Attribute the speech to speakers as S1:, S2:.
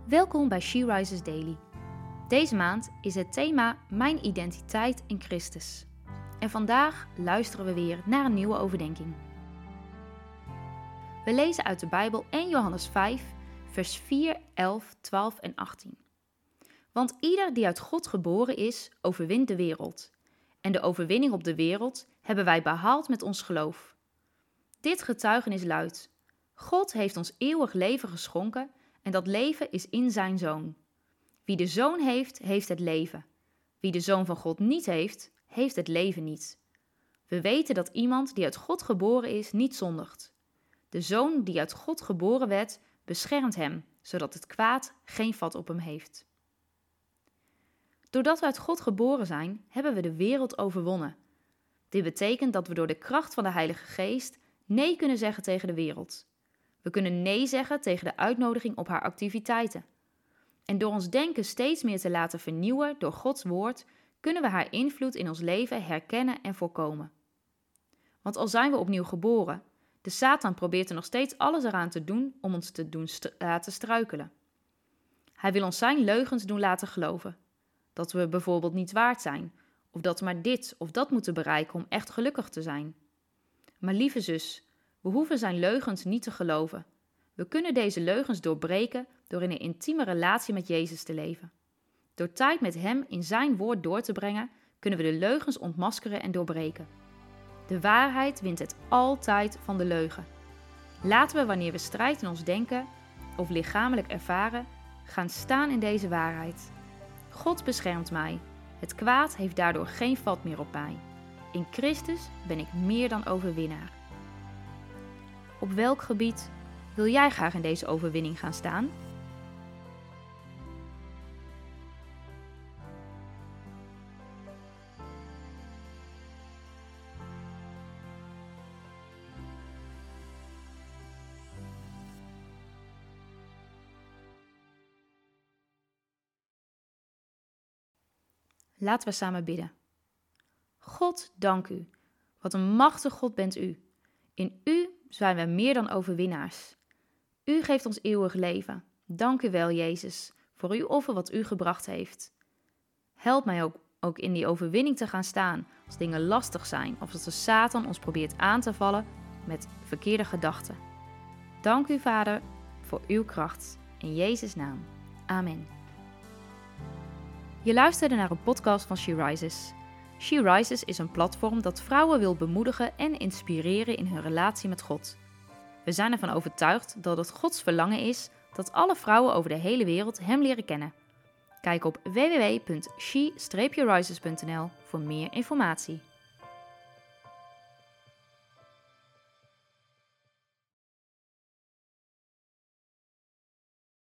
S1: Welkom bij She Rises Daily. Deze maand is het thema Mijn identiteit in Christus. En vandaag luisteren we weer naar een nieuwe overdenking. We lezen uit de Bijbel 1 Johannes 5, vers 4, 11, 12 en 18. Want ieder die uit God geboren is, overwint de wereld. En de overwinning op de wereld hebben wij behaald met ons geloof. Dit getuigenis luidt: God heeft ons eeuwig leven geschonken en dat leven is in zijn Zoon. Wie de Zoon heeft, heeft het leven. Wie de Zoon van God niet heeft, heeft het leven niet. We weten dat iemand die uit God geboren is, niet zondigt. De Zoon die uit God geboren werd, beschermt hem, zodat het kwaad geen vat op hem heeft. Doordat we uit God geboren zijn, hebben we de wereld overwonnen. Dit betekent dat we door de kracht van de Heilige Geest nee kunnen zeggen tegen de wereld. We kunnen nee zeggen tegen de uitnodiging op haar activiteiten. En door ons denken steeds meer te laten vernieuwen door Gods woord, kunnen we haar invloed in ons leven herkennen en voorkomen. Want al zijn we opnieuw geboren, de Satan probeert er nog steeds alles eraan te doen om ons te doen laten struikelen. Hij wil ons zijn leugens doen laten geloven. Dat we bijvoorbeeld niet waard zijn, of dat we maar dit of dat moeten bereiken om echt gelukkig te zijn. Maar lieve zus, we hoeven zijn leugens niet te geloven. We kunnen deze leugens doorbreken door in een intieme relatie met Jezus te leven. Door tijd met hem in zijn woord door te brengen, kunnen we de leugens ontmaskeren en doorbreken. De waarheid wint het altijd van de leugen. Laten we, wanneer we strijd in ons denken of lichamelijk ervaren, gaan staan in deze waarheid. God beschermt mij. Het kwaad heeft daardoor geen vat meer op mij. In Christus ben ik meer dan overwinnaar. Op welk gebied wil jij graag in deze overwinning gaan staan? Laten we samen bidden. God, dank u. Wat een machtig God bent u. In u zijn we meer dan overwinnaars. U geeft ons eeuwig leven. Dank u wel, Jezus, voor uw offer wat u gebracht heeft. Help mij ook in die overwinning te gaan staan als dingen lastig zijn of als de Satan ons probeert aan te vallen met verkeerde gedachten. Dank u, Vader, voor uw kracht. In Jezus' naam. Amen. Je luisterde naar een podcast van She Rises. She Rises is een platform dat vrouwen wil bemoedigen en inspireren in hun relatie met God. We zijn ervan overtuigd dat het Gods verlangen is dat alle vrouwen over de hele wereld hem leren kennen. Kijk op www.she-rises.nl voor meer informatie.